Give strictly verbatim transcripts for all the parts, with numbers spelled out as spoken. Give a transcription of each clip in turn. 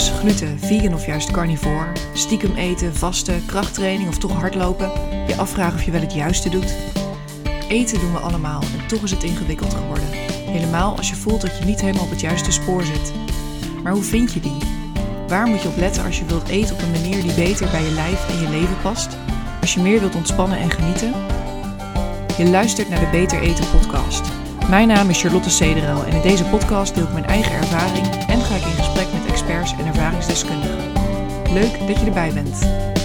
cetosis, gluten, vegan of juist carnivore, stiekem eten, vasten, krachttraining of toch hardlopen, je afvragen of je wel het juiste doet? Eten doen we allemaal en toch is het ingewikkeld geworden. Helemaal als je voelt dat je niet helemaal op het juiste spoor zit. Maar hoe vind je die? Waar moet je op letten als je wilt eten op een manier die beter bij je lijf en je leven past? Als je meer wilt ontspannen en genieten? Je luistert naar de Beter Eten podcast. Mijn naam is Charlotte Cederel en in deze podcast deel ik mijn eigen ervaring en ga ik in gesprek met experts en ervaringsdeskundigen. Leuk dat je erbij bent.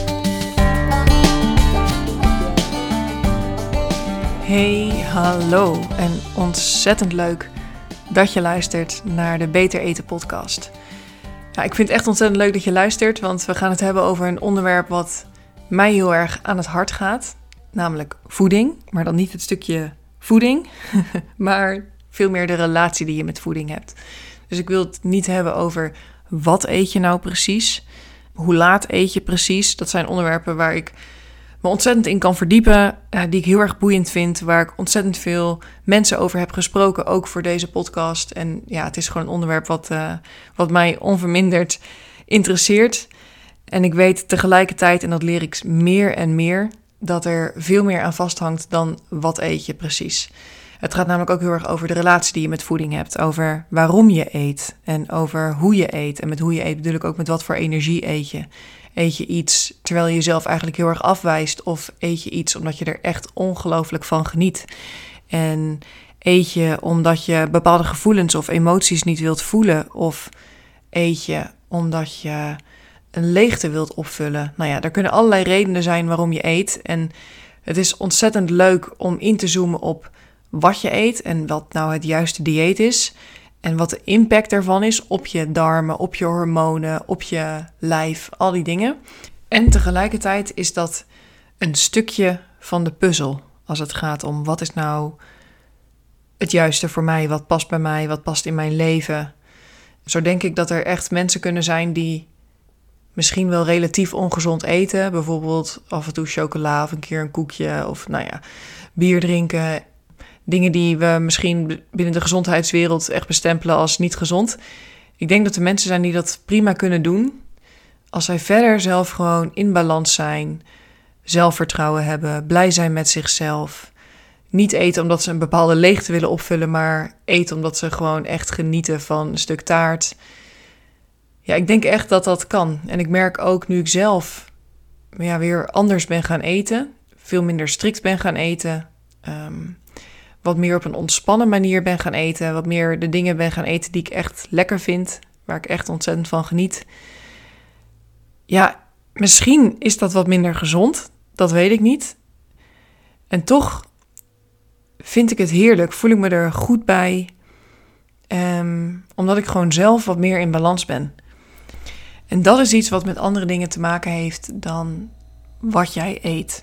Hey, hallo en ontzettend leuk dat je luistert naar de Beter Eten podcast. Nou, ik vind het echt ontzettend leuk dat je luistert, want we gaan het hebben over een onderwerp wat mij heel erg aan het hart gaat, namelijk voeding, maar dan niet het stukje voeding, maar veel meer de relatie die je met voeding hebt. Dus ik wil het niet hebben over wat eet je nou precies, hoe laat eet je precies. Dat zijn onderwerpen waar ik me ontzettend in kan verdiepen, die ik heel erg boeiend vind, waar ik ontzettend veel mensen over heb gesproken, ook voor deze podcast. En ja, het is gewoon een onderwerp wat, uh, wat mij onverminderd interesseert. En ik weet tegelijkertijd, en dat leer ik meer en meer, dat er veel meer aan vasthangt dan wat eet je precies. Het gaat namelijk ook heel erg over de relatie die je met voeding hebt, over waarom je eet en over hoe je eet. En met hoe je eet bedoel ik ook met wat voor energie eet je. Eet je iets terwijl je jezelf eigenlijk heel erg afwijst, of eet je iets omdat je er echt ongelooflijk van geniet? En eet je omdat je bepaalde gevoelens of emoties niet wilt voelen, of eet je omdat je een leegte wilt opvullen? Nou ja, er kunnen allerlei redenen zijn waarom je eet. En het is ontzettend leuk om in te zoomen op wat je eet en wat nou het juiste dieet is. En wat de impact ervan is op je darmen, op je hormonen, op je lijf, al die dingen. En tegelijkertijd is dat een stukje van de puzzel als het gaat om wat is nou het juiste voor mij, wat past bij mij, wat past in mijn leven. Zo denk ik dat er echt mensen kunnen zijn die misschien wel relatief ongezond eten. Bijvoorbeeld af en toe chocola of een keer een koekje of nou ja, bier drinken. Dingen die we misschien binnen de gezondheidswereld echt bestempelen als niet gezond. Ik denk dat er mensen zijn die dat prima kunnen doen als zij verder zelf gewoon in balans zijn, zelfvertrouwen hebben, blij zijn met zichzelf. Niet eten omdat ze een bepaalde leegte willen opvullen, maar eten omdat ze gewoon echt genieten van een stuk taart. Ja, ik denk echt dat dat kan. En ik merk ook nu ik zelf ja, weer anders ben gaan eten, veel minder strikt ben gaan eten, um, wat meer op een ontspannen manier ben gaan eten, wat meer de dingen ben gaan eten die ik echt lekker vind, waar ik echt ontzettend van geniet. Ja, misschien is dat wat minder gezond, dat weet ik niet. En toch vind ik het heerlijk, voel ik me er goed bij, um, omdat ik gewoon zelf wat meer in balans ben. En dat is iets wat met andere dingen te maken heeft dan wat jij eet.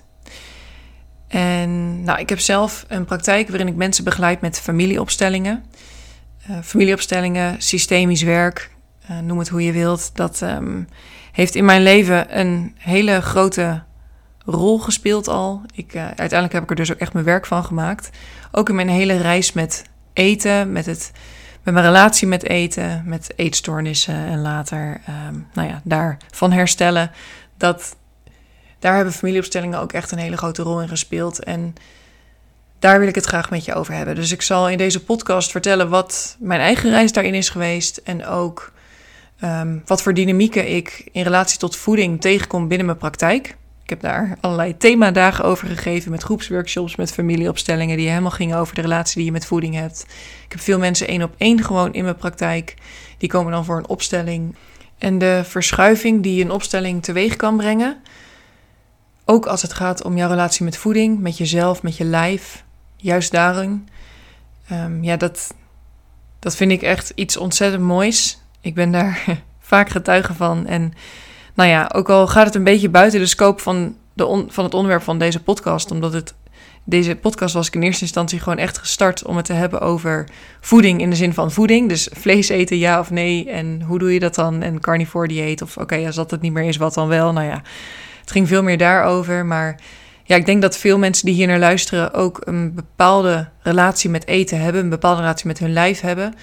En nou, ik heb zelf een praktijk waarin ik mensen begeleid met familieopstellingen. Uh, familieopstellingen, systemisch werk, uh, noem het hoe je wilt. Dat um, heeft in mijn leven een hele grote rol gespeeld al. Ik, uh, uiteindelijk heb ik er dus ook echt mijn werk van gemaakt. Ook in mijn hele reis met eten, met, het, met mijn relatie met eten, met eetstoornissen en later um, nou ja, daarvan herstellen. Dat... Daar hebben familieopstellingen ook echt een hele grote rol in gespeeld. En daar wil ik het graag met je over hebben. Dus ik zal in deze podcast vertellen wat mijn eigen reis daarin is geweest. En ook um, wat voor dynamieken ik in relatie tot voeding tegenkom binnen mijn praktijk. Ik heb daar allerlei themadagen over gegeven met groepsworkshops, met familieopstellingen die helemaal gingen over de relatie die je met voeding hebt. Ik heb veel mensen één op één gewoon in mijn praktijk. Die komen dan voor een opstelling. En de verschuiving die een opstelling teweeg kan brengen, ook als het gaat om jouw relatie met voeding, met jezelf, met je lijf, juist daarin. Um, ja, dat, dat vind ik echt iets ontzettend moois. Ik ben daar vaak getuige van. En nou ja, ook al gaat het een beetje buiten de scope van, de on, van het onderwerp van deze podcast, omdat het deze podcast was ik in eerste instantie gewoon echt gestart om het te hebben over voeding in de zin van voeding. Dus vlees eten, ja of nee, en hoe doe je dat dan? En carnivore dieet, of oké, okay, als dat het niet meer is, wat dan wel? Nou ja, het ging veel meer daarover, maar ja, ik denk dat veel mensen die hier naar luisteren ook een bepaalde relatie met eten hebben, een bepaalde relatie met hun lijf hebben.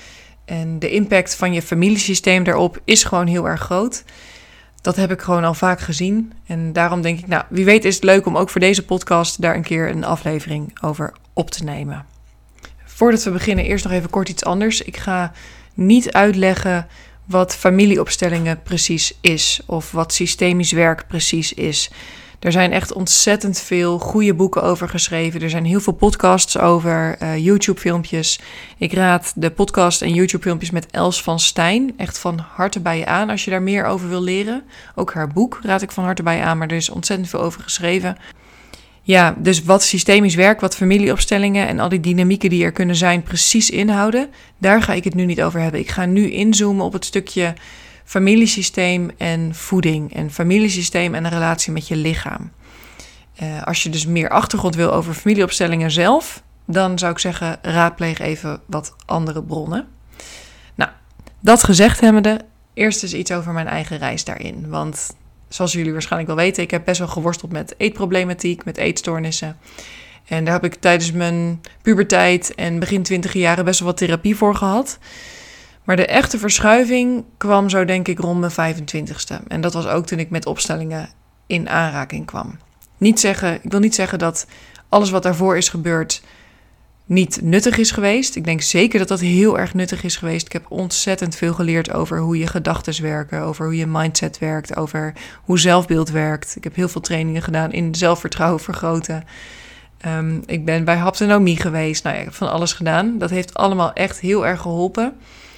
En de impact van je familiesysteem daarop is gewoon heel erg groot. Dat heb ik gewoon al vaak gezien. En daarom denk ik, nou, wie weet is het leuk om ook voor deze podcast daar een keer een aflevering over op te nemen. Voordat we beginnen, eerst nog even kort iets anders. Ik ga niet uitleggen wat familieopstellingen precies is of wat systemisch werk precies is. Er zijn echt ontzettend veel goede boeken over geschreven. Er zijn heel veel podcasts over, uh, YouTube-filmpjes. Ik raad de podcast en YouTube-filmpjes met Els van Stijn echt van harte bij je aan als je daar meer over wil leren. Ook haar boek raad ik van harte bij je aan, maar er is ontzettend veel over geschreven. Ja, dus wat systemisch werk, wat familieopstellingen en al die dynamieken die er kunnen zijn precies inhouden, daar ga ik het nu niet over hebben. Ik ga nu inzoomen op het stukje familiesysteem en voeding en familiesysteem en een relatie met je lichaam. Uh, als je dus meer achtergrond wil over familieopstellingen zelf, dan zou ik zeggen raadpleeg even wat andere bronnen. Nou, dat gezegd hebbende, eerst eens iets over mijn eigen reis daarin. Want zoals jullie waarschijnlijk wel weten, ik heb best wel geworsteld met eetproblematiek, met eetstoornissen. En daar heb ik tijdens mijn puberteit en begin twintig jaren best wel wat therapie voor gehad. Maar de echte verschuiving kwam zo denk ik rond mijn vijfentwintigste. En dat was ook toen ik met opstellingen in aanraking kwam. Niet zeggen, ik wil niet zeggen dat alles wat daarvoor is gebeurd niet nuttig is geweest. Ik denk zeker dat dat heel erg nuttig is geweest. Ik heb ontzettend veel geleerd over hoe je gedachten werken, over hoe je mindset werkt, over hoe zelfbeeld werkt. Ik heb heel veel trainingen gedaan in zelfvertrouwen vergroten. Um, ik ben bij haptonomie geweest. Nou ja, ik heb van alles gedaan. Dat heeft allemaal echt heel erg geholpen.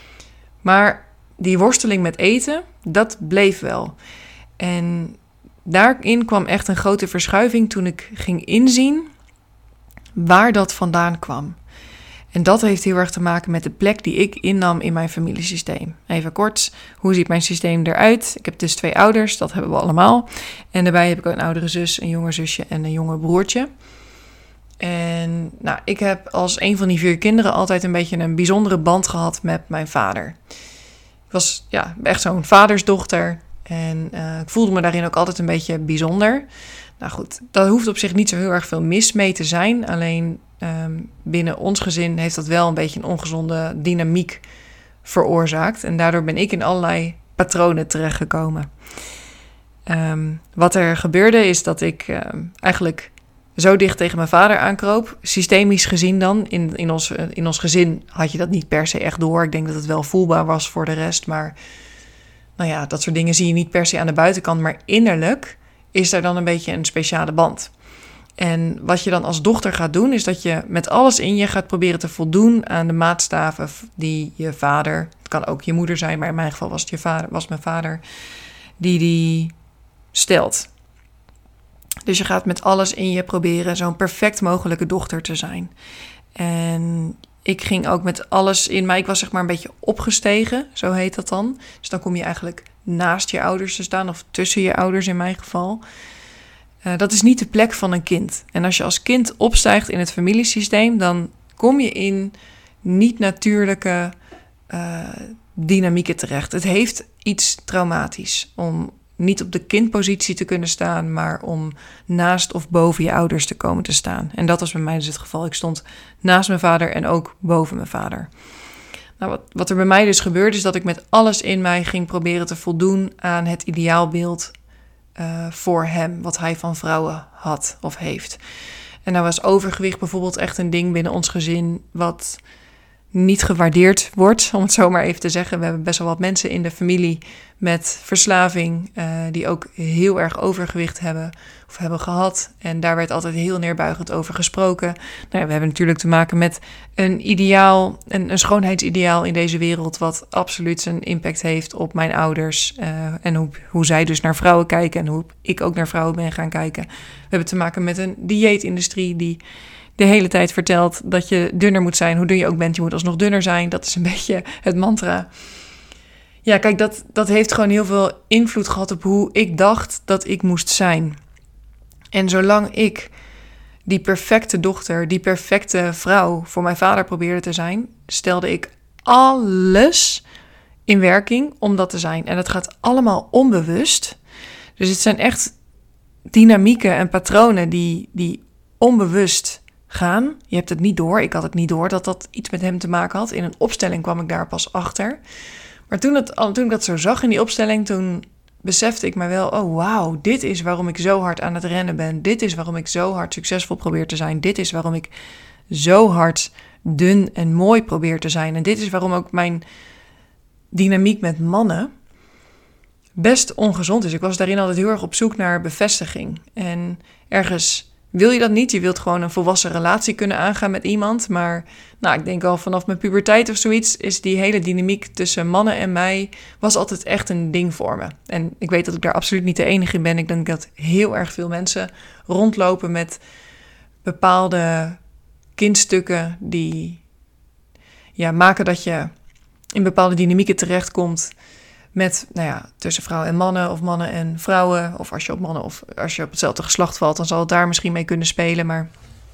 Maar die worsteling met eten, dat bleef wel. En daarin kwam echt een grote verschuiving toen ik ging inzien waar dat vandaan kwam. En dat heeft heel erg te maken met de plek die ik innam in mijn familiesysteem. Even kort, hoe ziet mijn systeem eruit? Ik heb dus twee ouders, dat hebben we allemaal. En daarbij heb ik ook een oudere zus, een jonger zusje en een jonger broertje. En nou, ik heb als een van die vier kinderen altijd een beetje een bijzondere band gehad met mijn vader. Ik was ja, echt zo'n vadersdochter en uh, ik voelde me daarin ook altijd een beetje bijzonder. Nou goed, daar hoeft op zich niet zo heel erg veel mis mee te zijn. Alleen um, binnen ons gezin heeft dat wel een beetje een ongezonde dynamiek veroorzaakt. En daardoor ben ik in allerlei patronen terechtgekomen. Um, wat er gebeurde is dat ik um, eigenlijk zo dicht tegen mijn vader aankroop. Systemisch gezien dan. In, in, ons, in ons gezin had je dat niet per se echt door. Ik denk dat het wel voelbaar was voor de rest. Maar nou ja, dat soort dingen zie je niet per se aan de buitenkant. Maar innerlijk is er dan een beetje een speciale band. En wat je dan als dochter gaat doen, is dat je met alles in je gaat proberen te voldoen aan de maatstaven die je vader, het kan ook je moeder zijn, maar in mijn geval was het je vader, was mijn vader, die die stelt. Dus je gaat met alles in je proberen zo'n perfect mogelijke dochter te zijn. En ik ging ook met alles in mij, ik was zeg maar een beetje opgestegen, zo heet dat dan. Dus dan kom je eigenlijk naast je ouders te staan, of tussen je ouders in mijn geval. Uh, dat is niet de plek van een kind. En als je als kind opstijgt in het familiesysteem, dan kom je in niet-natuurlijke uh, dynamieken terecht. Het heeft iets traumatisch om niet op de kindpositie te kunnen staan, maar om naast of boven je ouders te komen te staan. En dat was bij mij dus het geval. Ik stond naast mijn vader en ook boven mijn vader. Nou, wat, wat er bij mij dus gebeurde, is dat ik met alles in mij ging proberen te voldoen aan het ideaalbeeld uh, voor hem, wat hij van vrouwen had of heeft. En nou was overgewicht bijvoorbeeld echt een ding binnen ons gezin wat niet gewaardeerd wordt, om het zo maar even te zeggen. We hebben best wel wat mensen in de familie met verslaving, uh, die ook heel erg overgewicht hebben of hebben gehad. En daar werd altijd heel neerbuigend over gesproken. Nou ja, we hebben natuurlijk te maken met een ideaal, een, een schoonheidsideaal in deze wereld, wat absoluut zijn impact heeft op mijn ouders. Uh, en hoe, hoe zij dus naar vrouwen kijken en hoe ik ook naar vrouwen ben gaan kijken. We hebben te maken met een dieetindustrie die de hele tijd vertelt dat je dunner moet zijn. Hoe dun je ook bent, je moet alsnog dunner zijn. Dat is een beetje het mantra. Ja, kijk, dat, dat heeft gewoon heel veel invloed gehad op hoe ik dacht dat ik moest zijn. En zolang ik die perfecte dochter, die perfecte vrouw voor mijn vader probeerde te zijn, stelde ik alles in werking om dat te zijn. En dat gaat allemaal onbewust. Dus het zijn echt dynamieken en patronen die, die onbewust gaan. Je hebt het niet door. Ik had het niet door dat dat iets met hem te maken had. In een opstelling kwam ik daar pas achter. Maar toen, het, toen ik dat zo zag in die opstelling, toen besefte ik me wel, oh wauw, dit is waarom ik zo hard aan het rennen ben. Dit is waarom ik zo hard succesvol probeer te zijn. Dit is waarom ik zo hard dun en mooi probeer te zijn. En dit is waarom ook mijn dynamiek met mannen best ongezond is. Ik was daarin altijd heel erg op zoek naar bevestiging. En ergens wil je dat niet. Je wilt gewoon een volwassen relatie kunnen aangaan met iemand. Maar nou, ik denk al vanaf mijn puberteit of zoiets is die hele dynamiek tussen mannen en mij was altijd echt een ding voor me. En ik weet dat ik daar absoluut niet de enige in ben. Ik denk dat heel erg veel mensen rondlopen met bepaalde kindstukken die ja, maken dat je in bepaalde dynamieken terechtkomt met, nou ja, tussen vrouwen en mannen of mannen en vrouwen. Of als je op mannen of als je op hetzelfde geslacht valt, dan zal het daar misschien mee kunnen spelen. Maar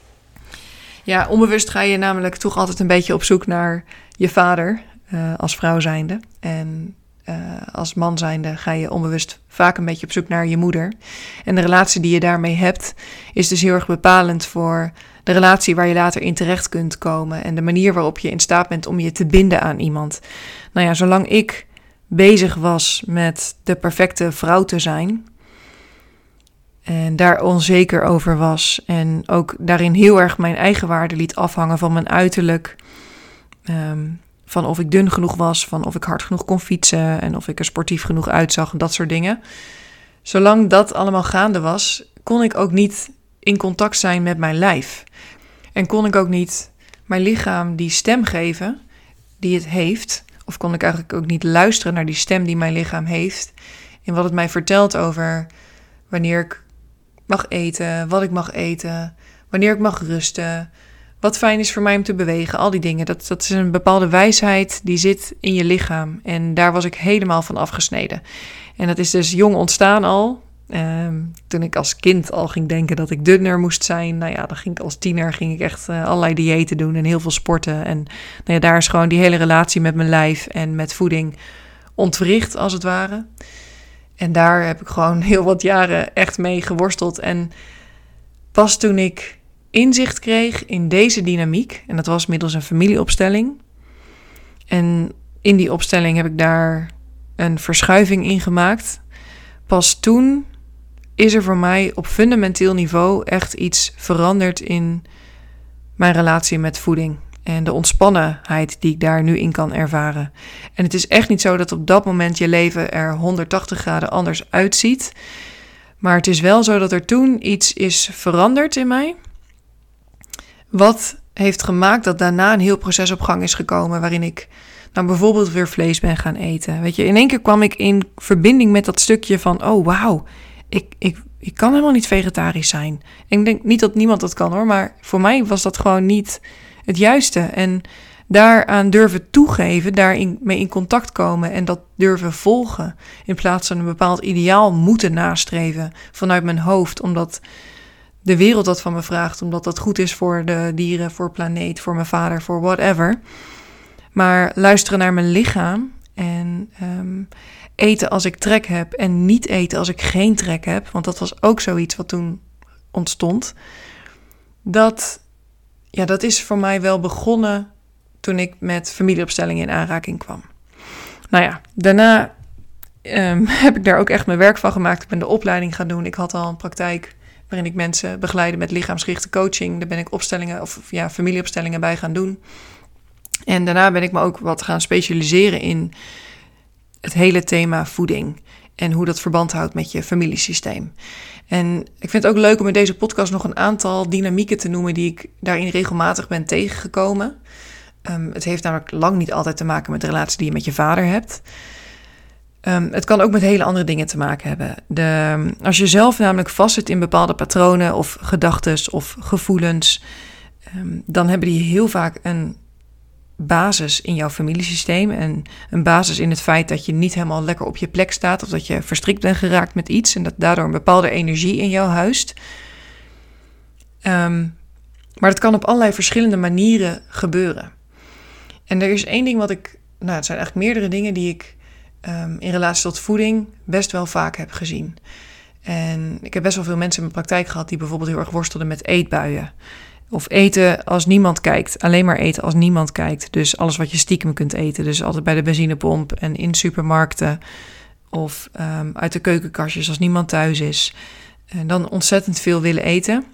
ja, onbewust ga je namelijk toch altijd een beetje op zoek naar je vader uh, als vrouw zijnde. En uh, als man zijnde ga je onbewust vaak een beetje op zoek naar je moeder. En de relatie die je daarmee hebt is dus heel erg bepalend voor de relatie waar je later in terecht kunt komen. En de manier waarop je in staat bent om je te binden aan iemand. Nou ja, zolang ik bezig was met de perfecte vrouw te zijn en daar onzeker over was en ook daarin heel erg mijn eigen waarde liet afhangen van mijn uiterlijk, um, van of ik dun genoeg was, van of ik hard genoeg kon fietsen en of ik er sportief genoeg uitzag en dat soort dingen. Zolang dat allemaal gaande was, kon ik ook niet in contact zijn met mijn lijf. En kon ik ook niet mijn lichaam die stem geven die het heeft. Of kon ik eigenlijk ook niet luisteren naar die stem die mijn lichaam heeft. En wat het mij vertelt over wanneer ik mag eten, wat ik mag eten, wanneer ik mag rusten, wat fijn is voor mij om te bewegen, al die dingen. Dat, dat is een bepaalde wijsheid die zit in je lichaam. En daar was ik helemaal van afgesneden. En dat is dus jong ontstaan al. Um, toen ik als kind al ging denken dat ik dunner moest zijn. Nou ja, dan ging ik als tiener ging ik echt uh, allerlei diëten doen en heel veel sporten. En nou ja, daar is gewoon die hele relatie met mijn lijf en met voeding ontwricht als het ware. En daar heb ik gewoon heel wat jaren echt mee geworsteld. En pas toen ik inzicht kreeg in deze dynamiek, en dat was middels een familieopstelling. En in die opstelling heb ik daar een verschuiving in gemaakt. Pas toen is er voor mij op fundamenteel niveau echt iets veranderd in mijn relatie met voeding. En de ontspannenheid die ik daar nu in kan ervaren. En het is echt niet zo dat op dat moment je leven er honderdtachtig graden anders uitziet. Maar het is wel zo dat er toen iets is veranderd in mij. Wat heeft gemaakt dat daarna een heel proces op gang is gekomen waarin ik nou bijvoorbeeld weer vlees ben gaan eten. Weet je, in één keer kwam ik in verbinding met dat stukje van, oh wauw, ik, ik, ik kan helemaal niet vegetarisch zijn. En ik denk niet dat niemand dat kan hoor, maar voor mij was dat gewoon niet het juiste. En daaraan durven toegeven, daarin mee in contact komen en dat durven volgen. In plaats van een bepaald ideaal moeten nastreven vanuit mijn hoofd, omdat de wereld dat van me vraagt, omdat dat goed is voor de dieren, voor de planeet, voor mijn vader, voor whatever. Maar luisteren naar mijn lichaam en um, eten als ik trek heb en niet eten als ik geen trek heb, want dat was ook zoiets wat toen ontstond. Dat, ja, dat is voor mij wel begonnen toen ik met familieopstellingen in aanraking kwam. Nou ja, daarna um, heb ik daar ook echt mijn werk van gemaakt. Ik ben de opleiding gaan doen. Ik had al een praktijk waarin ik mensen begeleide met lichaamsgerichte coaching. Daar ben ik opstellingen of ja, familieopstellingen bij gaan doen. En daarna ben ik me ook wat gaan specialiseren in het hele thema voeding en hoe dat verband houdt met je familiesysteem. En ik vind het ook leuk om in deze podcast nog een aantal dynamieken te noemen die ik daarin regelmatig ben tegengekomen. Um, het heeft namelijk lang niet altijd te maken met de relatie die je met je vader hebt. Um, het kan ook met hele andere dingen te maken hebben. De, als je zelf namelijk vastzit in bepaalde patronen of gedachtes of gevoelens, um, dan hebben die heel vaak een basis in jouw familiesysteem en een basis in het feit dat je niet helemaal lekker op je plek staat of dat je verstrikt bent geraakt met iets en dat daardoor een bepaalde energie in jou huist. Um, maar dat kan op allerlei verschillende manieren gebeuren. En er is één ding wat ik, nou het zijn eigenlijk meerdere dingen die ik um, in relatie tot voeding best wel vaak heb gezien. En ik heb best wel veel mensen in mijn praktijk gehad die bijvoorbeeld heel erg worstelden met eetbuien. Of eten als niemand kijkt. Alleen maar eten als niemand kijkt. Dus alles wat je stiekem kunt eten. Dus altijd bij de benzinepomp en in supermarkten. Of um, uit de keukenkastjes als niemand thuis is. En dan ontzettend veel willen eten.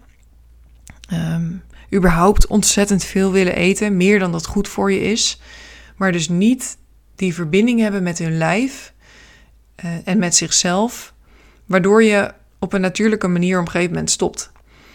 Um, überhaupt ontzettend veel willen eten. Meer dan dat goed voor je is. Maar dus niet die verbinding hebben met hun lijf. Uh, en met zichzelf. Waardoor je op een natuurlijke manier op een gegeven moment stopt.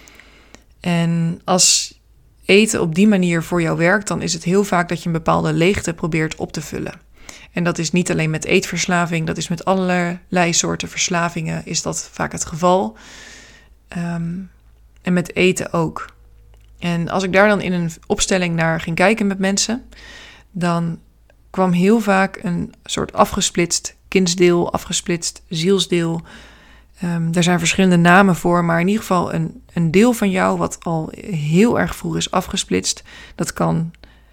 En als eten op die manier voor jou werkt, dan is het heel vaak dat je een bepaalde leegte probeert op te vullen. En dat is niet alleen met eetverslaving, dat is met allerlei soorten verslavingen is dat vaak het geval. Um, en met eten ook. En als ik daar dan in een opstelling naar ging kijken met mensen, dan kwam heel vaak een soort afgesplitst kindsdeel, afgesplitst zielsdeel. Um, er zijn verschillende namen voor, maar in ieder geval een, een deel van jou wat al heel erg vroeg is afgesplitst. Dat kan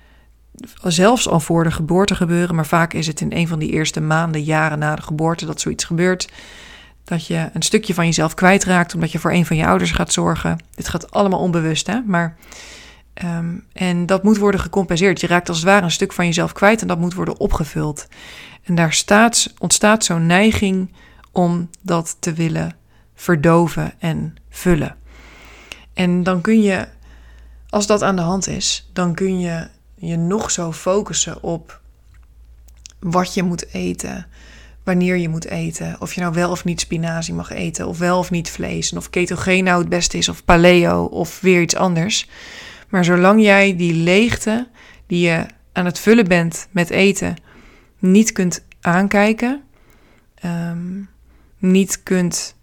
zelfs al voor de geboorte gebeuren, maar vaak is het in een van die eerste maanden, jaren na de geboorte dat zoiets gebeurt. Dat je een stukje van jezelf kwijtraakt omdat je voor een van je ouders gaat zorgen. Dit gaat allemaal onbewust, hè? Maar, um, en dat moet worden gecompenseerd. Je raakt als het ware een stuk van jezelf kwijt en dat moet worden opgevuld. En daar staat, ontstaat zo'n neiging om dat te willen verdoven en vullen. En dan kun je, als dat aan de hand is, dan kun je je nog zo focussen op wat je moet eten, wanneer je moet eten, of je nou wel of niet spinazie mag eten, of wel of niet vlees, en of ketogeen nou het beste is, of paleo, of weer iets anders. Maar zolang jij die leegte die je aan het vullen bent met eten niet kunt aankijken, um, niet kunt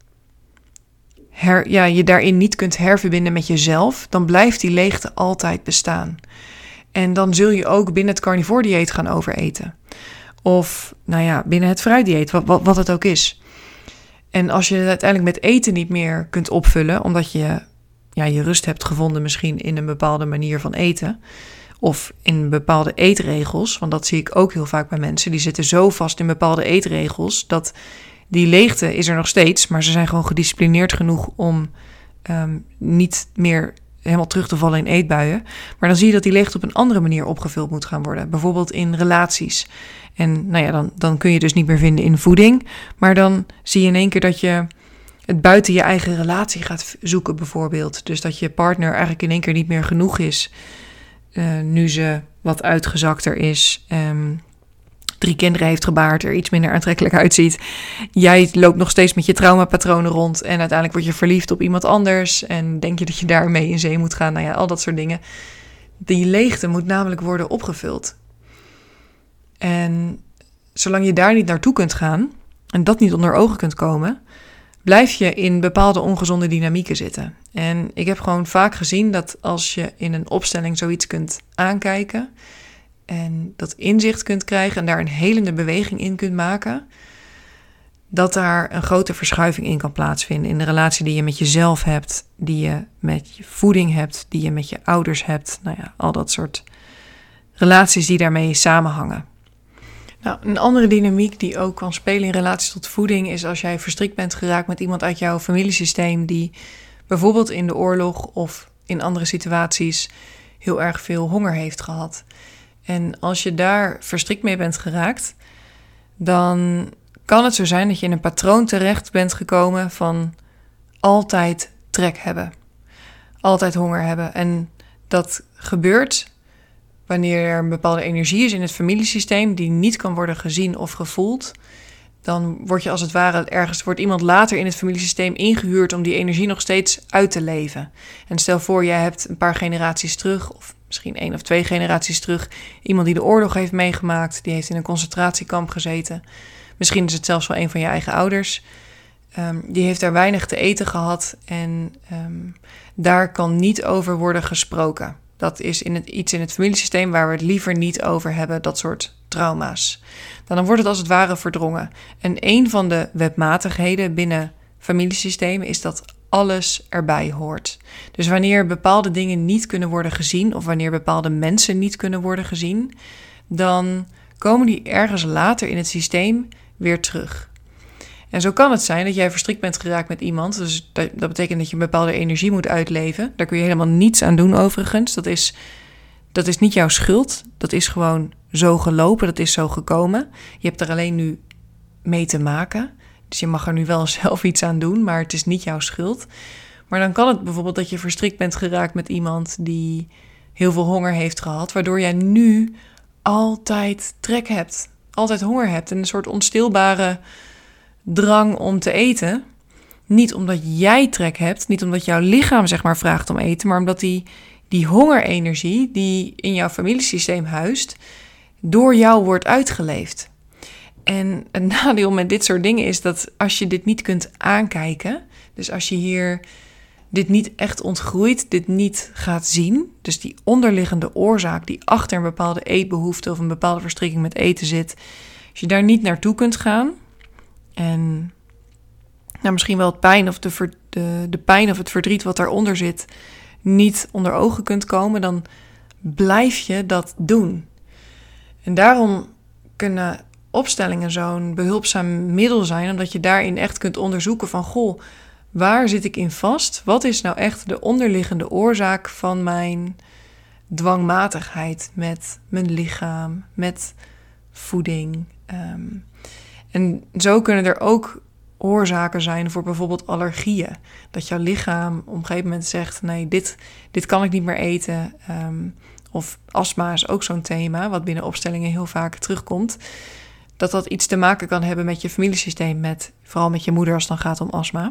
her, ja, je daarin niet kunt herverbinden met jezelf, dan blijft die leegte altijd bestaan. En dan zul je ook binnen het carnivore dieet gaan overeten. Of nou ja, binnen het fruitdieet, wat, wat, wat het ook is. En als je het uiteindelijk met eten niet meer kunt opvullen, omdat je ja, je rust hebt gevonden misschien in een bepaalde manier van eten, of in bepaalde eetregels, want dat zie ik ook heel vaak bij mensen, die zitten zo vast in bepaalde eetregels, dat die leegte is er nog steeds, maar ze zijn gewoon gedisciplineerd genoeg om um, niet meer helemaal terug te vallen in eetbuien. Maar dan zie je dat die leegte op een andere manier opgevuld moet gaan worden. Bijvoorbeeld in relaties. En nou ja, dan, dan kun je dus niet meer vinden in voeding. Maar dan zie je in één keer dat je het buiten je eigen relatie gaat zoeken bijvoorbeeld. Dus dat je partner eigenlijk in één keer niet meer genoeg is. Uh, nu ze wat uitgezakter is. Um, drie kinderen heeft gebaard, er iets minder aantrekkelijk uitziet. Jij loopt nog steeds met je traumapatronen rond en uiteindelijk word je verliefd op iemand anders en denk je dat je daarmee in zee moet gaan. Nou ja, al dat soort dingen. Die leegte moet namelijk worden opgevuld. En zolang je daar niet naartoe kunt gaan en dat niet onder ogen kunt komen, blijf je in bepaalde ongezonde dynamieken zitten. En ik heb gewoon vaak gezien dat als je in een opstelling zoiets kunt aankijken en dat inzicht kunt krijgen en daar een helende beweging in kunt maken, dat daar een grote verschuiving in kan plaatsvinden in de relatie die je met jezelf hebt, die je met je voeding hebt, die je met je ouders hebt. Nou ja, al dat soort relaties die daarmee samenhangen. Nou, een andere dynamiek die ook kan spelen in relatie tot voeding is als jij verstrikt bent geraakt met iemand uit jouw familiesysteem die bijvoorbeeld in de oorlog of in andere situaties heel erg veel honger heeft gehad. En als je daar verstrikt mee bent geraakt, dan kan het zo zijn dat je in een patroon terecht bent gekomen van altijd trek hebben. Altijd honger hebben. En dat gebeurt wanneer er een bepaalde energie is in het familiesysteem die niet kan worden gezien of gevoeld. Dan word je als het ware ergens, wordt iemand later in het familiesysteem ingehuurd om die energie nog steeds uit te leven. En stel voor, jij hebt een paar generaties terug, of misschien één of twee generaties terug, iemand die de oorlog heeft meegemaakt, die heeft in een concentratiekamp gezeten. Misschien is het zelfs wel een van je eigen ouders. Um, die heeft daar weinig te eten gehad en um, daar kan niet over worden gesproken. Dat is in het, iets in het familiesysteem waar we het liever niet over hebben, dat soort trauma's. Dan wordt het als het ware verdrongen. En een van de wetmatigheden binnen familiesystemen is dat alles erbij hoort. Dus wanneer bepaalde dingen niet kunnen worden gezien of wanneer bepaalde mensen niet kunnen worden gezien, dan komen die ergens later in het systeem weer terug. En zo kan het zijn dat jij verstrikt bent geraakt met iemand. Dus dat, dat betekent dat je een bepaalde energie moet uitleven. Daar kun je helemaal niets aan doen overigens. Dat is, dat is niet jouw schuld. Dat is gewoon zo gelopen, dat is zo gekomen. Je hebt er alleen nu mee te maken. Dus je mag er nu wel zelf iets aan doen, maar het is niet jouw schuld. Maar dan kan het bijvoorbeeld dat je verstrikt bent geraakt met iemand die heel veel honger heeft gehad, waardoor jij nu altijd trek hebt, altijd honger hebt en een soort onstilbare drang om te eten. Niet omdat jij trek hebt, niet omdat jouw lichaam zeg maar vraagt om eten, maar omdat die, die hongerenergie die in jouw familiesysteem huist, door jou wordt uitgeleefd. En een nadeel met dit soort dingen is dat als je dit niet kunt aankijken, dus als je hier dit niet echt ontgroeit, dit niet gaat zien, dus die onderliggende oorzaak die achter een bepaalde eetbehoefte of een bepaalde verstrikking met eten zit, als je daar niet naartoe kunt gaan en nou, misschien wel het pijn of de, ver, de, de pijn of het verdriet wat daaronder zit niet onder ogen kunt komen, dan blijf je dat doen. En daarom kunnen opstellingen zo'n behulpzaam middel zijn, omdat je daarin echt kunt onderzoeken van, goh, waar zit ik in vast? Wat is nou echt de onderliggende oorzaak van mijn dwangmatigheid met mijn lichaam, met voeding? Um, en zo kunnen er ook oorzaken zijn voor bijvoorbeeld allergieën. Dat jouw lichaam op een gegeven moment zegt, nee, dit, dit kan ik niet meer eten. Um, of astma is ook zo'n thema, wat binnen opstellingen heel vaak terugkomt. Dat dat iets te maken kan hebben met je familiesysteem, met, vooral met je moeder als het dan gaat om astma.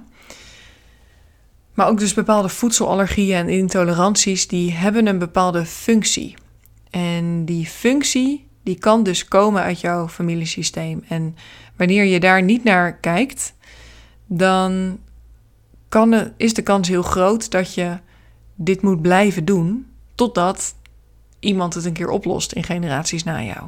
Maar ook dus bepaalde voedselallergieën en intoleranties, die hebben een bepaalde functie. En die functie, die kan dus komen uit jouw familiesysteem. En wanneer je daar niet naar kijkt, dan kan de, is de kans heel groot dat je dit moet blijven doen, totdat iemand het een keer oplost in generaties na jou.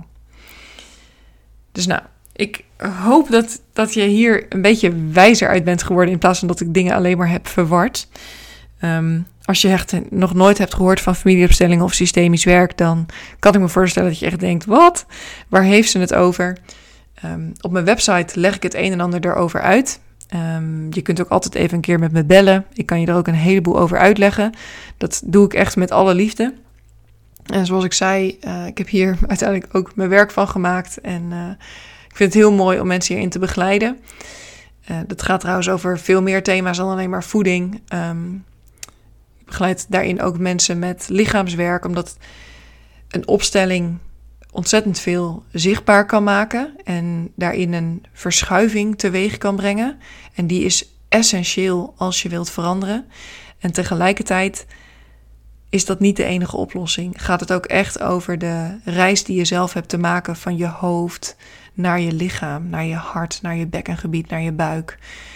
Dus nou, ik hoop dat, dat je hier een beetje wijzer uit bent geworden, in plaats van dat ik dingen alleen maar heb verward. Um, als je echt nog nooit hebt gehoord van familieopstellingen of systemisch werk, dan kan ik me voorstellen dat je echt denkt, wat? Waar heeft ze het over? Um, op mijn website leg ik het een en ander erover uit. Um, je kunt ook altijd even een keer met me bellen. Ik kan je er ook een heleboel over uitleggen. Dat doe ik echt met alle liefde. En zoals ik zei, uh, ik heb hier uiteindelijk ook mijn werk van gemaakt. En uh, ik vind het heel mooi om mensen hierin te begeleiden. Uh, dat gaat trouwens over veel meer thema's dan alleen maar voeding. Um, ik begeleid daarin ook mensen met lichaamswerk, omdat een opstelling ontzettend veel zichtbaar kan maken en daarin een verschuiving teweeg kan brengen. En die is essentieel als je wilt veranderen. En tegelijkertijd is dat niet de enige oplossing. Gaat het ook echt over de reis die je zelf hebt te maken van je hoofd naar je lichaam, naar je hart, naar je bekkengebied, naar je buik.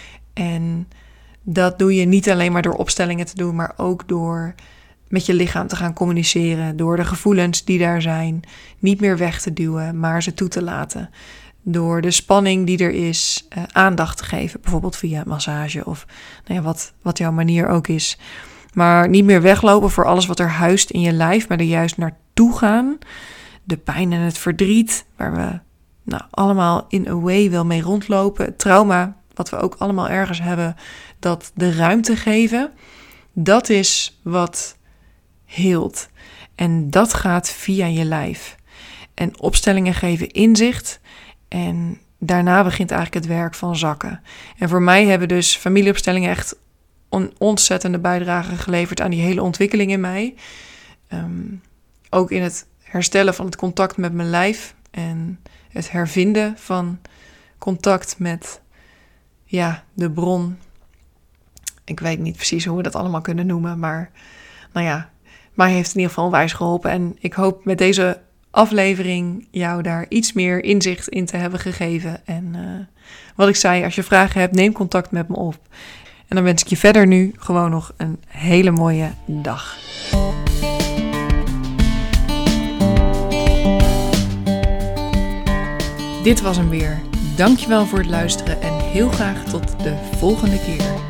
En dat doe je niet alleen maar door opstellingen te doen, maar ook door met je lichaam te gaan communiceren, door de gevoelens die daar zijn niet meer weg te duwen, maar ze toe te laten. Door de spanning die er is, uh, aandacht te geven, bijvoorbeeld via massage of nou ja, wat, wat jouw manier ook is. Maar niet meer weglopen voor alles wat er huist in je lijf, maar er juist naartoe gaan. De pijn en het verdriet, waar we nou, allemaal in a way wel mee rondlopen. Het trauma, wat we ook allemaal ergens hebben, dat de ruimte geven. Dat is wat heelt. En dat gaat via je lijf. En opstellingen geven inzicht. En daarna begint eigenlijk het werk van zakken. En voor mij hebben dus familieopstellingen echt een ontzettende bijdrage geleverd aan die hele ontwikkeling in mij. Um, ook in het herstellen van het contact met mijn lijf. En het hervinden van contact met ja, de bron. Ik weet niet precies hoe we dat allemaal kunnen noemen. Maar nou ja, mij heeft in ieder geval wijs geholpen. En ik hoop met deze aflevering jou daar iets meer inzicht in te hebben gegeven. En uh, wat ik zei, als je vragen hebt, neem contact met me op. En dan wens ik je verder nu gewoon nog een hele mooie dag. Dit was hem weer. Dankjewel voor het luisteren en heel graag tot de volgende keer.